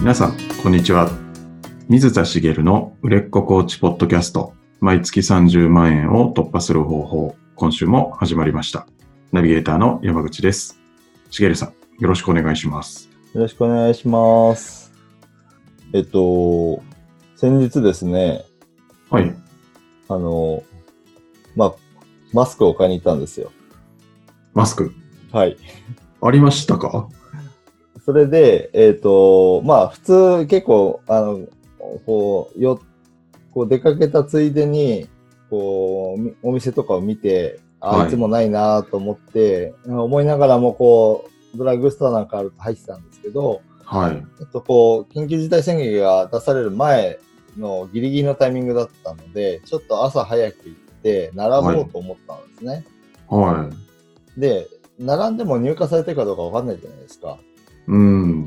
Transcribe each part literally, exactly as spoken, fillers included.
皆さん、こんにちは。水田茂の売れっ子コーチポッドキャスト、毎月さんじゅうまん円を突破する方法、今週も始まりました。ナビゲーターの山口です。茂さん、よろしくお願いします。 よろしくお願いします。えっと、先日ですね、 はい。 あの、まあ、マスクを買いに行ったんですよ。 マスク。 はい。 ありましたか？ それで、えっと、まあ、普通結構、あの、こう、よ、こう出かけたついでに、こう、みお店とかを見て、あ、 はいいつもないなと思って、思いながらも、こう、ドラッグストアなんかあると入ってたんですけど、 はい。 えっと、こう、緊急事態宣言が出される前のギリギリのタイミングだったので、ちょっと朝早く行って並ぼうと思ったんですね。 はい。 で、並んでも入荷されてるかどうかわかんないじゃないですか。 うん。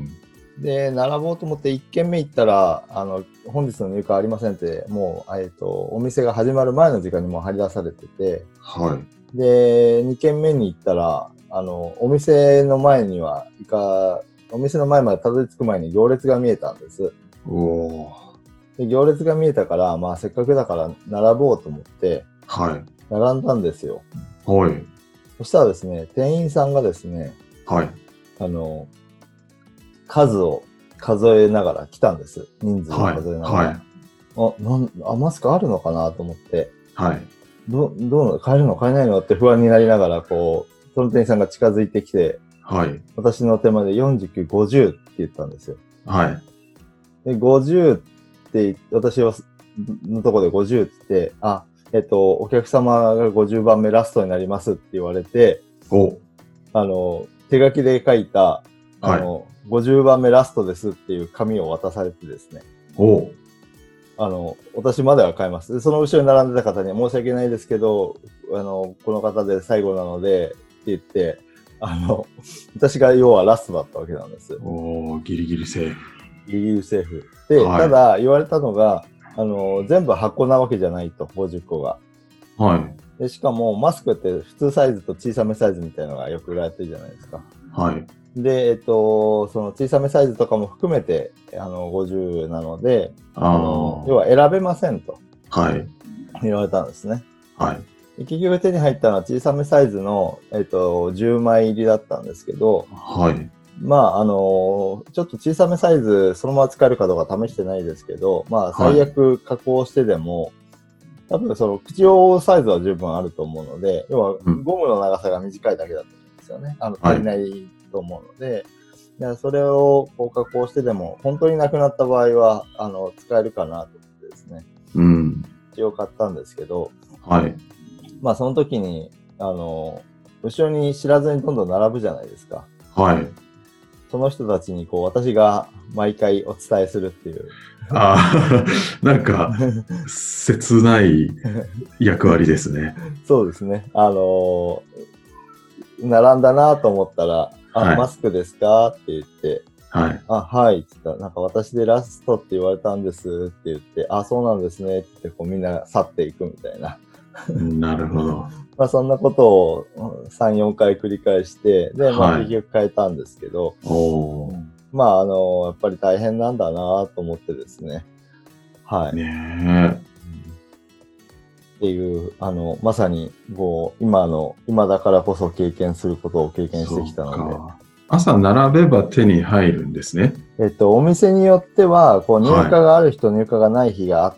で、並ぼうと思っていっ軒目行ったら、あの、本日の入荷ありませんって、もう、えっと、お店が始まる前の時間にもう張り出されてて、 はで、に軒目に行ったら、あの、お店の前には、いか、お店の前までたどり着く前に行列が見えたんです。 い。おー。 で、行列が見えたから、まあせっかくだから並ぼうと思って、 はい。 並んだんですよ。 はい。 そしたらですね、店員さんがですね、 はい。 あの、数を数えながら来たんです。人数を数えながら。 はい。 あ、なん、あ、マスクあるのかなと思って、 はい。 ど、どうなの、買えるの買えないのって不安になりながら、こう、その店員さんが近づいてきて、 はい。 私の手までよんじゅうきゅう、ごじゅうって言ったんですよ。 はい。 で、ごじゅうって、私は、のとこでごじゅうって言って、あ、えっと、お客様がごじゅうばんめラストになりますって言われて、 お。 あの、手書きで書いた、あの、はい、ごじゅうばんめラストですっていう紙を渡されてですね。 お。 あの、私までは買います。その後ろに並んでた方には申し訳ないですけど、あの、この方で最後なので、って言って、あの、私が要はラストだったわけなんです。 おー、ギリギリセーフ。 ギリギリセーフ。で、はい、ただ言われたのが、あの、全部箱なわけじゃないと、ごじゅっこが。 はい。 で、しかも、マスクって普通サイズと小さめサイズみたいなのがよく売られてるじゃないですか。 はい。 で、えっと、その小さめサイズとかも含めて、あの、ごじゅうなので、あの、要は選べませんと。 はい。 言われたんですね。 はい。 結局手に入ったのは小さめサイズの、えっと、じゅうまい入りだったんですけど、 はい。 まあ、あの、ちょっと小さめサイズ、そのまま使えるかどうか試してないですけど、まあ、最悪加工してでも、はい、多分その口用サイズは十分あると思うので、要はゴムの長さが短いだけだと思うんですよね。あの、足りないと思うので、はい、それをこう加工してでも、本当になくなった場合は、あの、使えるかなと思ってですね。 うん。 一応買ったんですけど、 はい。 まあその時に、あの、後ろに知らずにどんどん並ぶじゃないですか。 はい。 その人たちにこう私が毎回お伝えするっていう。 ああ、なんか、切ない役割ですね。 そうですね。あの、並んだなと思ったら、あ、はい、マスクですかって言って、 はい。 あ、はいって言ったら、なんか私でラストって言われたんですって言って、あ、そうなんですねって言って、こうみんな去っていくみたいな。 なるほど。 まあそんなことをさん、よんかい繰り返して、で、まあ結局変えたんですけど、 はい、おーまああの、やっぱり大変なんだなと思ってですね。はい。 ねえ。 っていう、あの、まさに、こう、今の、今だからこそ経験することを経験してきたので。 朝並べば手に入るんですね。 えっと、お店によっては、こう、入荷がある日と入荷がない日があって、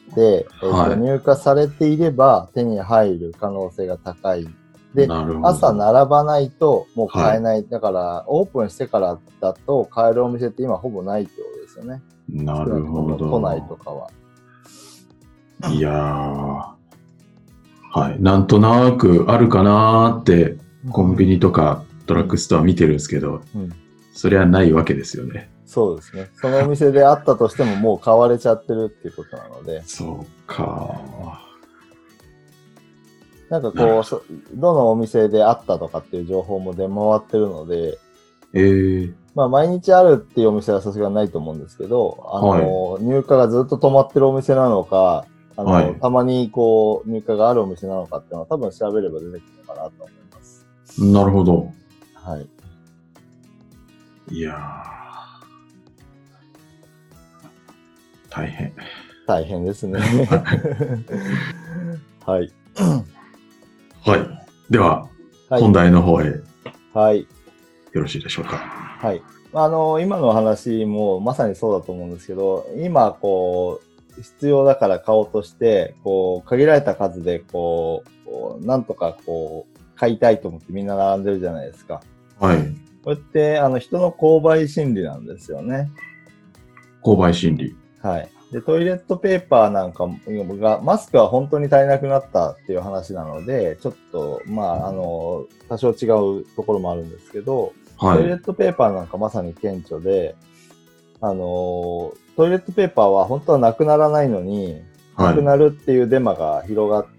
はい、えっと、入荷されていれば手に入る可能性が高い。で、朝並ばないともう買えない。はい、だから、オープンしてからだと買えるお店って今ほぼないってことですよね。 なるほど。 都内とかは。 いやー。はい。なんとなくあるかなーって、コンビニとかドラッグストア見てるんですけど、うん、それはないわけですよね。 そうですね。そのお店であったとしてももう買われちゃってるっていうことなので。 そうか。 なんかこう、どのお店であったとかっていう情報も出回ってるので、 えー、 まあ毎日あるっていうお店はさすがにないと思うんですけど、あの、はい、入荷がずっと止まってるお店なのか、あの、はい、たまにこう入荷があるお店なのかっていうのは多分調べれば出てくるのかなと思います。 なるほど。 はい。 いや大変。 大変ですね。はい。 はい。では、 はい、 本題の方へ。 はい。 よろしいでしょうか。 はい。あの、今の話もまさにそうだと思うんですけど、今、こう、必要だから買おうとして、こう、限られた数で、こう、こうなんとか、こう、買いたいと思ってみんな並んでるじゃないですか。 はい。 これって、あの、人の購買心理なんですよね。 購買心理。 はい。で、トイレットペーパーなんかが、マスクは本当に足りなくなったっていう話なので、ちょっと、まあ、あの、多少違うところもあるんですけど、はい、トイレットペーパーなんかまさに顕著で、あの、トイレットペーパーは本当はなくならないのに、なくなるっていうデマが広がって、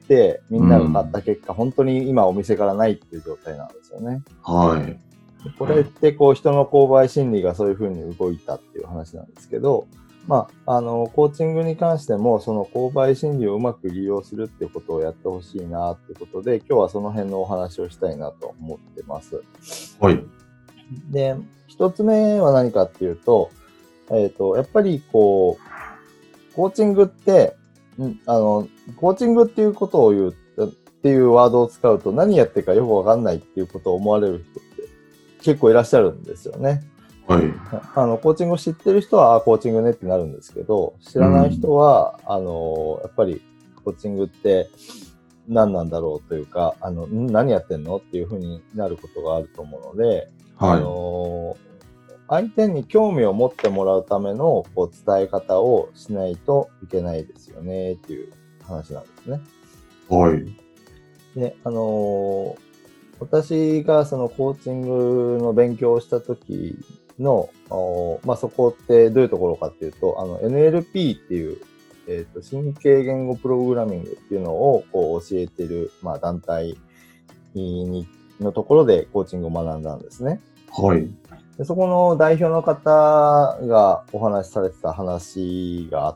みんなが買った結果、うん、本当に今お店からないっていう状態なんですよね。 はい。 これってこう人の購買心理がそういう風に動いたっていう話なんですけど、まあ、あの、コーチングに関しても、その購買心理をうまく利用するっていうことをやってほしいなっていうことで、今日はその辺のお話をしたいなと思ってます。 はい。 で、一つ目は何かっていうと、えっと、やっぱりこう、コーチングって、んあの、コーチングっていうことを言う、っていうワードを使うと何やってるかよくわかんないっていうことを思われる人って結構いらっしゃるんですよね。 はい。 あの、コーチングを知ってる人は、あ、コーチングねってなるんですけど、知らない人は、うん、あの、やっぱり、コーチングって何なんだろうというか、あの、ん何やってんのっていうふうになることがあると思うので、はい、あの、相手に興味を持ってもらうためのこう伝え方をしないといけないですよね、っていう話なんですね。 はい。 で、あの、私がそのコーチングの勉強をしたときの、まあ、そこってどういうところかっていうと、あの エヌエルピー っていう、えっと、神経言語プログラミングっていうのをこう教えている、まあ、団体にのところでコーチングを学んだんですね。 はい。 でそこの代表の方がお話しされてた話があって、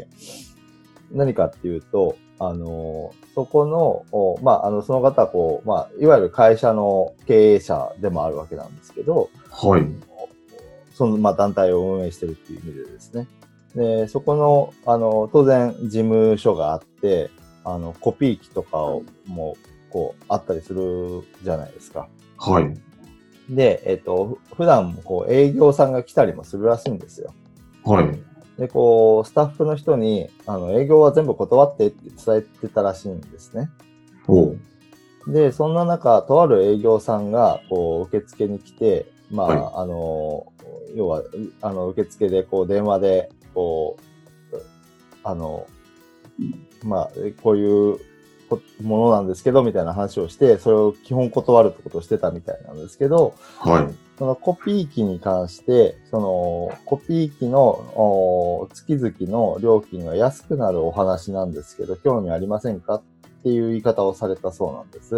何かっていうと、あの、そこの、まあ、あの、その方はこう、まあ、いわゆる会社の経営者でもあるわけなんですけど、 はい。 その、まあ、団体を運営してるっていう意味でですね。で、そこの、あの、当然、事務所があって、あの、コピー機とかを、もう、こう、あったりするじゃないですか。 はい。 で、えっと、普段、こう、営業さんが来たりもするらしいんですよ。 はい。 で、こう、スタッフの人に、あの、営業は全部断ってって伝えてたらしいんですね。 おう。 で、そんな中、とある営業さんが、こう、受付に来て、まあ、はい、あの、要は、あの、受付で、こう、電話で、こう、あの、まあ、こういうものなんですけど、みたいな話をして、それを基本断るってことをしてたみたいなんですけど、 はい。 そのコピー機に関して、そのコピー機の月々の料金が安くなるお話なんですけど、興味ありませんかっていう言い方をされたそうなんです。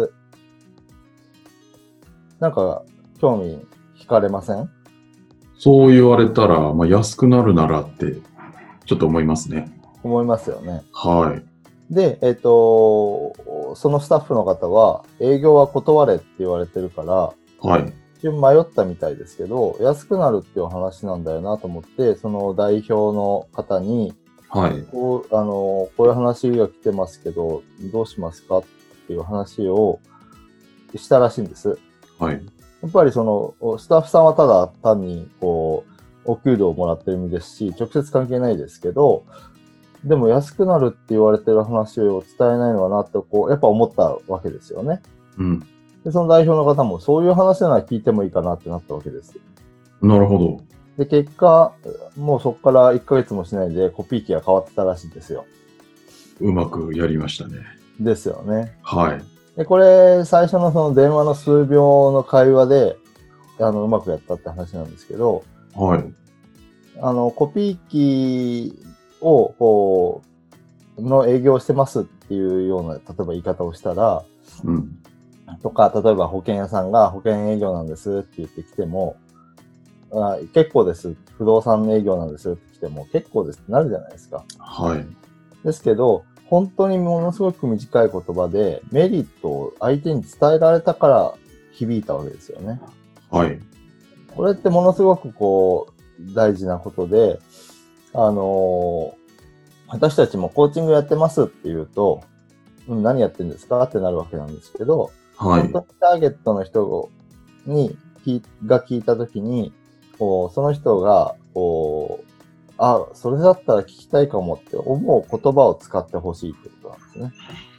なんか、興味惹かれません？ そう言われたら、まあ、安くなるならって、ちょっと思いますね。 思いますよね。 はい。 で、えっと、そのスタッフの方は、営業は断れって言われてるから、 はい。 一瞬迷ったみたいですけど、安くなるっていう話なんだよなと思って、その代表の方に、 はい。 こう、あの、こういう話が来てますけど、どうしますかっていう話をしたらしいんです。 はい。 やっぱりその、スタッフさんはただ単に、こう、お給料をもらってる身ですし、直接関係ないですけど、でも安くなるって言われてる話を伝えないのはなって、こう、やっぱ思ったわけですよね。 うん。 で、その代表の方もそういう話なら聞いてもいいかなってなったわけです。 なるほど。 で、結果、もうそこからいっかげつもしないでコピー機が変わってたらしいんですよ。 うまくやりましたね。 ですよね。 はい。 で、これ、最初のその電話の数秒の会話で、あの、うまくやったって話なんですけど、 はい。 あの、コピー機を、こう、の営業してますっていうような、例えば言い方をしたら、 うん。 とか、例えば保険屋さんが保険営業なんですって言ってきても、あ結構です。不動産営業なんですって来ても、結構ですってなるじゃないですか。 はい。 ですけど、本当にものすごく短い言葉でメリットを相手に伝えられたから響いたわけですよね。 はい。 これってものすごくこう大事なことで、あの私たちもコーチングやってますって言うと、うん、何やってるんですかってなるわけなんですけど、 はい。 本当にターゲットの人に聞が聞いたときに、こうその人がこう、あ、それだったら聞きたいかもって思う言葉を使ってほしいってことなんですね。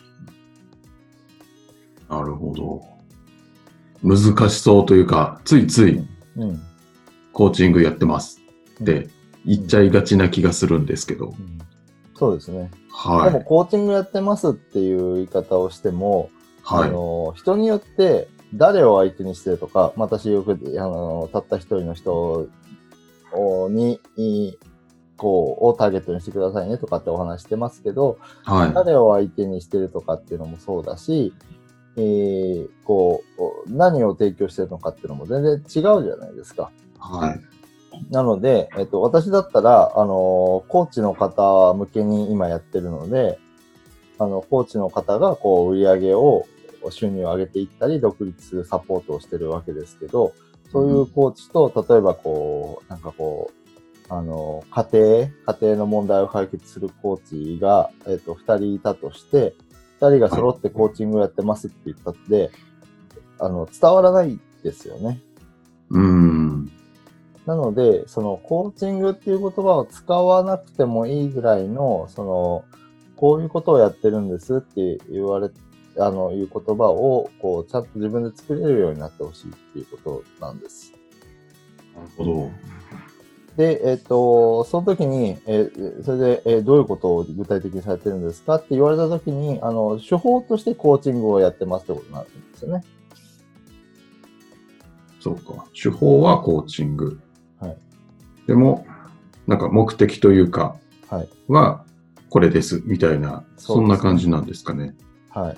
なるほど。難しそうというか、ついついうんうん、 コーチングやってますって言っちゃいがちな気がするんですけど。うんうん、 そうですね。 はい。 でもコーチングやってますっていう言い方をしても、はい、あの人によって誰を相手にしてるとか、私よくあのたった一人の人にこうをターゲットにしてくださいねとかってお話してますけど、はい、誰を相手にしてるとかっていうのもそうだし、えー、こう何を提供してるのかっていうのも全然違うじゃないですか。 はい。 なので、えっと、私だったら、あの、コーチの方向けに今やってるので、あの、コーチの方が、こう、売り上げを、収入を上げていったり、独立するサポートをしてるわけですけど、そういうコーチと、例えば、こう、なんかこう、あの、家庭、家庭の問題を解決するコーチが、えっと、二人いたとして、二人が揃ってコーチングをやってますって言ったって、あの、伝わらないですよね。 うーん。 なので、そのコーチングっていう言葉を使わなくてもいいぐらいの、その、こういうことをやってるんですって言われ、あの、いう言葉を、こう、ちゃんと自分で作れるようになってほしいっていうことなんです。 なるほど。 で、えっと、その時に、え、それで、え、どういうことを具体的にされてるんですかって言われた時に、あの、手法としてコーチングをやってますってことになるんですよね。 そうか。手法はコーチング。 はい。 でも、なんか目的というか、 はい。 は、これです、みたいな、そ, そんな感じなんですかね。 はい。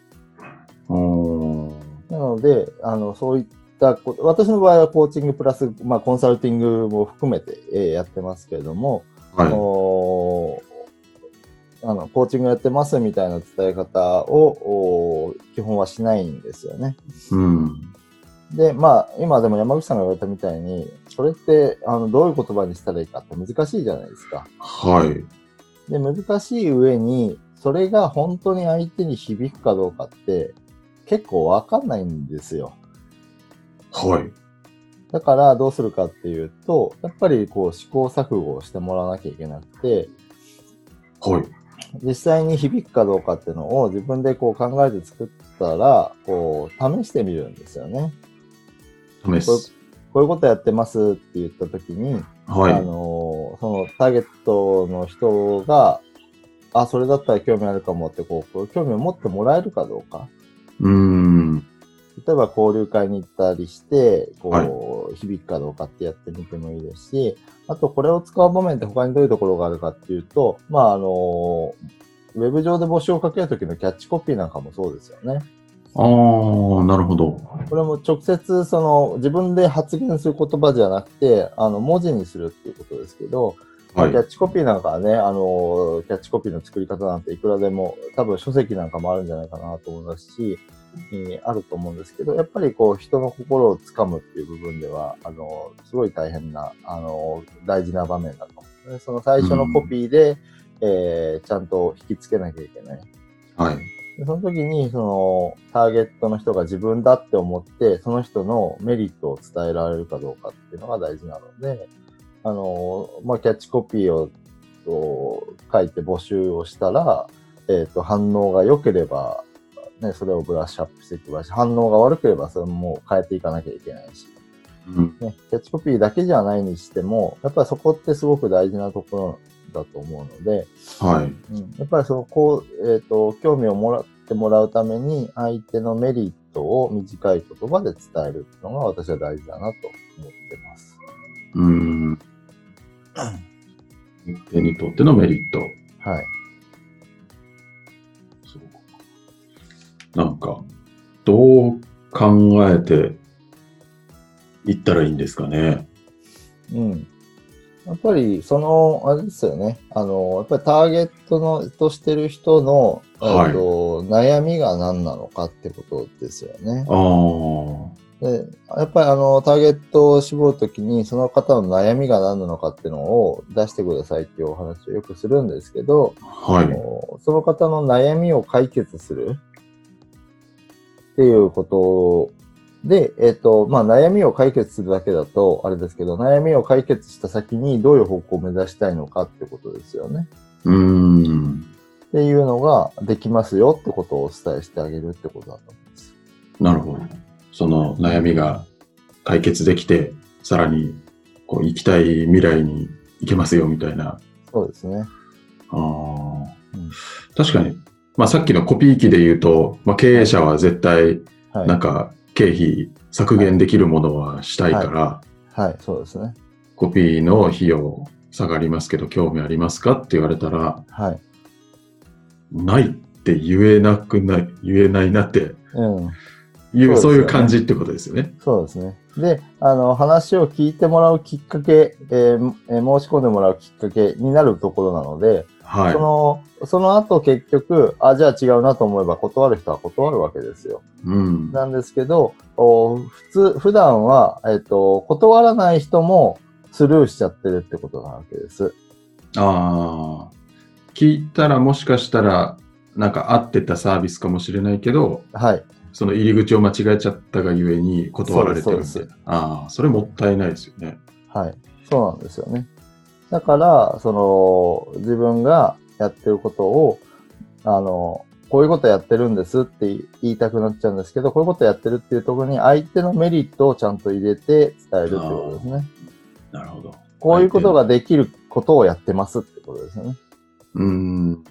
おなので、あの、そういったこと、私の場合はコーチングプラス、まあ、コンサルティングも含めて、えー、やってますけれども、はい、おあの、コーチングやってますみたいな伝え方を、基本はしないんですよね。 うん。 で、まあ、今でも山口さんが言われたみたいに、それって、あの、どういう言葉にしたらいいかって難しいじゃないですか。 はい。 で、難しい上に、それが本当に相手に響くかどうかって、結構わかんないんですよ。 はい。 だからどうするかっていうと、やっぱりこう試行錯誤をしてもらわなきゃいけなくて、 はい。 実際に響くかどうかっていうのを自分でこう考えて作ったら、こう試してみるんですよね。 試す。 こういうことやってますって言ったときに、はい、あの、そのターゲットの人が、あ、それだったら興味あるかもってこう、興味を持ってもらえるかどうか。 うーん。 例えば交流会に行ったりして、こう、はい、響くかどうかってやってみてもいいですし、あとこれを使う場面って他にどういうところがあるかっていうと、まあ、あの、ウェブ上で募集をかけるときのキャッチコピーなんかもそうですよね。 ああ、なるほど。 これも直接、その、自分で発言する言葉じゃなくて、あの、文字にするっていうことですけど、はい、キャッチコピーなんかはね、あの、キャッチコピーの作り方なんていくらでも、多分書籍なんかもあるんじゃないかなと思いますし、えー、あると思うんですけど、やっぱりこう、人の心をつかむっていう部分では、あの、すごい大変な、あの、大事な場面だと思う、ね。その最初のコピーで、うん、えー、ちゃんと引きつけなきゃいけない。 はい。 その時に、その、ターゲットの人が自分だって思って、その人のメリットを伝えられるかどうかっていうのが大事なので、あの、まあ、キャッチコピーを書いて募集をしたら、えっと、反応が良ければ、ね、それをブラッシュアップしていけばし、反応が悪ければそれも変えていかなきゃいけないし、うんね、キャッチコピーだけじゃないにしても、やっぱりそこってすごく大事なところだと思うので、 はい。 うん、やっぱりその、こう、えっと、興味をもらってもらうために、相手のメリットを短い言葉で伝えるのが私は大事だなと思ってます。 うーん。手にとってのメリット。 はい。 そうなんか、どう考えていったらいいんですかね。 うん。やっぱり、その、あれですよね。あの、やっぱりターゲットの、としてる人の、はい、えっと、悩みが何なのかってことですよね。 ああ。 で、やっぱりあの、ターゲットを絞るときに、その方の悩みが何なのかっていうのを出してくださいっていうお話をよくするんですけど、 はい。 その方の悩みを解決するっていうことで、えっと、まあ、悩みを解決するだけだと、あれですけど、悩みを解決した先にどういう方向を目指したいのかってことですよね。 うーん。 っていうのができますよってことをお伝えしてあげるってことだと思います。 なるほど。その悩みが解決できて、さらにこう行きたい未来に行けますよみたいな。 そうですね。 あー、うん、確かに、まあ、さっきのコピー機で言うと、まあ、経営者は絶対なんか経費削減できるものはしたいから、 はいはいはい、そうですね。 コピーの費用下がりますけど興味ありますかって言われたら、 はい、 ないって言えなくない言えないなって、 うんいう、そういう感じってことですよね。 そうですね。で、あの、話を聞いてもらうきっかけ、えーえー、申し込んでもらうきっかけになるところなので、はい、その、その後結局、あ、じゃあ違うなと思えば断る人は断るわけですよ。うん。なんですけど、普通、普段は、えっと、断らない人もスルーしちゃってるってことなわけです。 ああ。聞いたらもしかしたら、なんか合ってたサービスかもしれないけど、はい。その入り口を間違えちゃったがゆえに断られてるんで。そうです。ああ、それもったいないですよね。 はい。そうなんですよね。だから、その、自分がやってることを、あの、こういうことやってるんですって言いたくなっちゃうんですけど、こういうことやってるっていうところに相手のメリットをちゃんと入れて伝えるってことですね。 なるほど。 こういうことができることをやってますってことですよね。 うーん。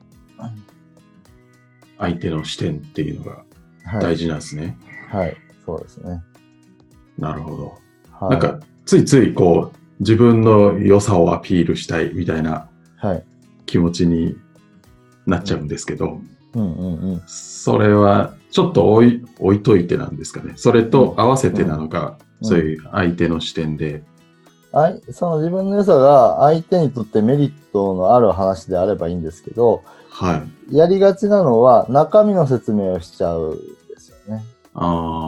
相手の視点っていうのが大事なんですね。 はい、はい、そうですね。 なるほど。はい、なんか、ついついこう、自分の良さをアピールしたいみたいな気持ちになっちゃうんですけど、うんうんうん、それはちょっと置い、置いといてなんですかね。それと合わせてなのか、うん、そういう相手の視点で。 あい、その自分の良さが相手にとってメリットのある話であればいいんですけど、はい。やりがちなのは中身の説明をしちゃうんですよね。あ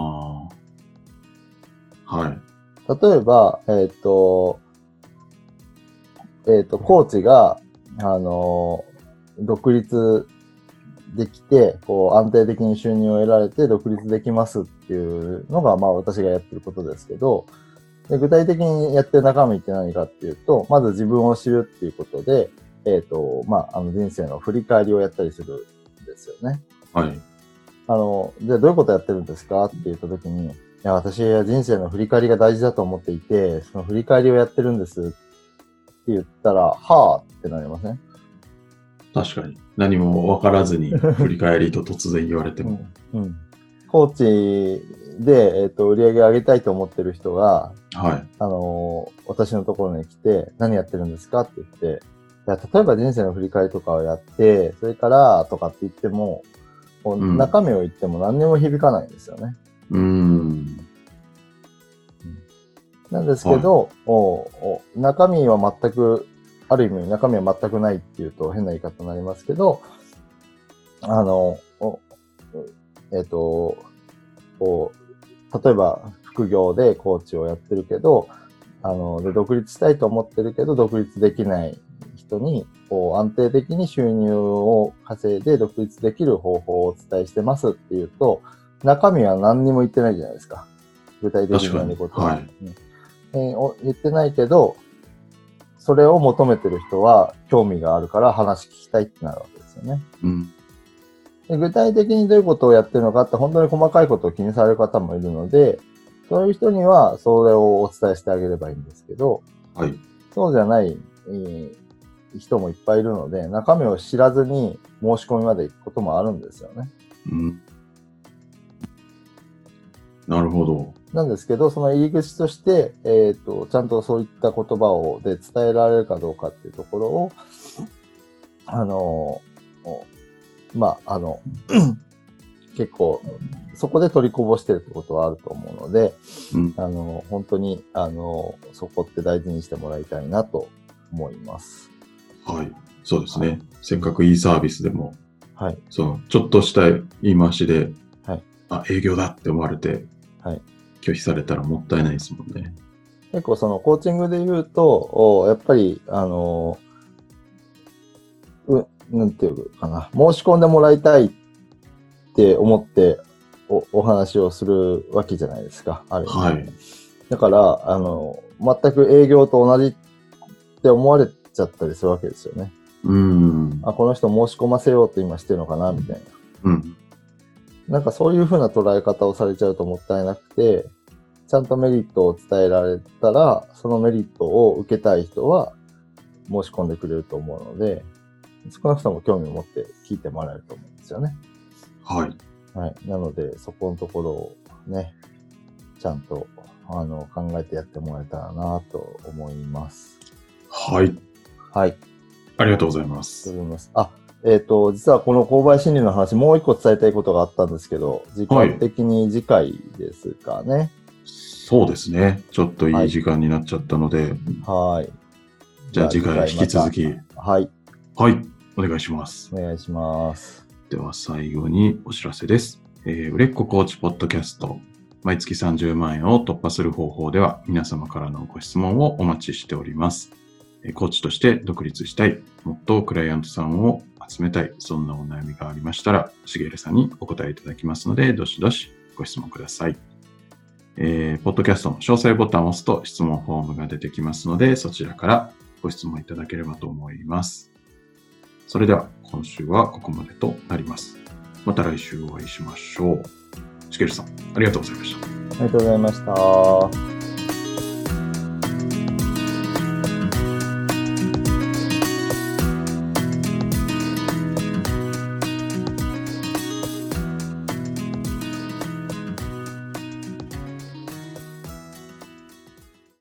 あ。はい。例えば、えっと、えっと、コーチが、あの、独立できて、こう、安定的に収入を得られて独立できますっていうのが、まあ私がやってることですけど、で具体的にやってる中身って何かっていうと、まず自分を知るっていうことで、えっと、まあ、あの人生の振り返りをやったりするんですよね。はい。あの、じゃあどういうことやってるんですかって言ったときに、いや、私は人生の振り返りが大事だと思っていて、その振り返りをやってるんですって言ったら、はぁってなりません？ 確かに。何も分からずに振り返りと突然言われても。 うんうん、コーチで、えっと、売り上げ上げたいと思ってる人が、はい。あの、私のところに来て、何やってるんですかって言って、いや例えば人生の振り返りとかをやって、それからとかって言っても、うん、中身を言っても何にも響かないんですよね。うーん。なんですけど、はい、おお中身は全く、ある意味中身は全くないっていうと変な言い方になりますけど、あの、えっと、こう、例えば副業でコーチをやってるけど、あの、で独立したいと思ってるけど、独立できない人に、こう、安定的に収入を稼いで独立できる方法をお伝えしてますっていうと、中身は何にも言ってないじゃないですか。具体的にやることは。はい、えー、言ってないけど、それを求めてる人は興味があるから話聞きたいってなるわけですよね。うん、で具体的にどういうことをやってるのかって本当に細かいことを気にされる方もいるので、そういう人にはそれをお伝えしてあげればいいんですけど、はい、そうじゃない、えー、人もいっぱいいるので、中身を知らずに申し込みまで行くこともあるんですよね。うん、 なるほど。 なんですけど、その入り口として、えっと、ちゃんとそういった言葉をで伝えられるかどうかっていうところを、あの、まあ、あの、結構、そこで取りこぼしてるってことはあると思うので、うん、あの、本当に、あの、そこって大事にしてもらいたいなと思います。 はい。そうですね。はい、せっかくいいサービスでも、はい。その、ちょっとした言い回しで、はい。あ、営業だって思われて、はい。 拒否されたらもったいないですもんね。 結構そのコーチングで言うと、やっぱり、あの、う、なんていうかな、申し込んでもらいたいって思ってお、お話をするわけじゃないですか、ある意味。 はい。 だから、あの、全く営業と同じって思われちゃったりするわけですよね。 うん。 あ、この人申し込ませようと今してるのかな、みたいな。 うん。 なんかそういう風な捉え方をされちゃうともったいなくて、ちゃんとメリットを伝えられたら、そのメリットを受けたい人は申し込んでくれると思うので、少なくとも興味を持って聞いてもらえると思うんですよね。 はい。 はい。なので、そこのところをね、ちゃんとあの考えてやってもらえたらなと思います。 はい。 はい。 ありがとうございます。 ありがとうございます。あ、えっと、実はこの購買心理の話、もう一個伝えたいことがあったんですけど、時間的に次回ですかね。はい、 そうですね。ちょっといい時間になっちゃったので。 はい。 じゃあ次回引き続き。 はい。 はい。お願いします。 お願いします。 では最後にお知らせです。えー、売れっ子コーチポッドキャスト。毎月さんじゅうまんえんを突破する方法では皆様からのご質問をお待ちしております。コーチとして独立したい、もっとクライアントさんを集めたい、そんなお悩みがありましたら、しげるさんにお答えいただきますので、どしどしご質問ください。えー、ポッドキャストの詳細ボタンを押すと質問フォームが出てきますので、そちらからご質問いただければと思います。それでは今週はここまでとなります。また来週お会いしましょう。しげるさん、ありがとうございました。 ありがとうございました。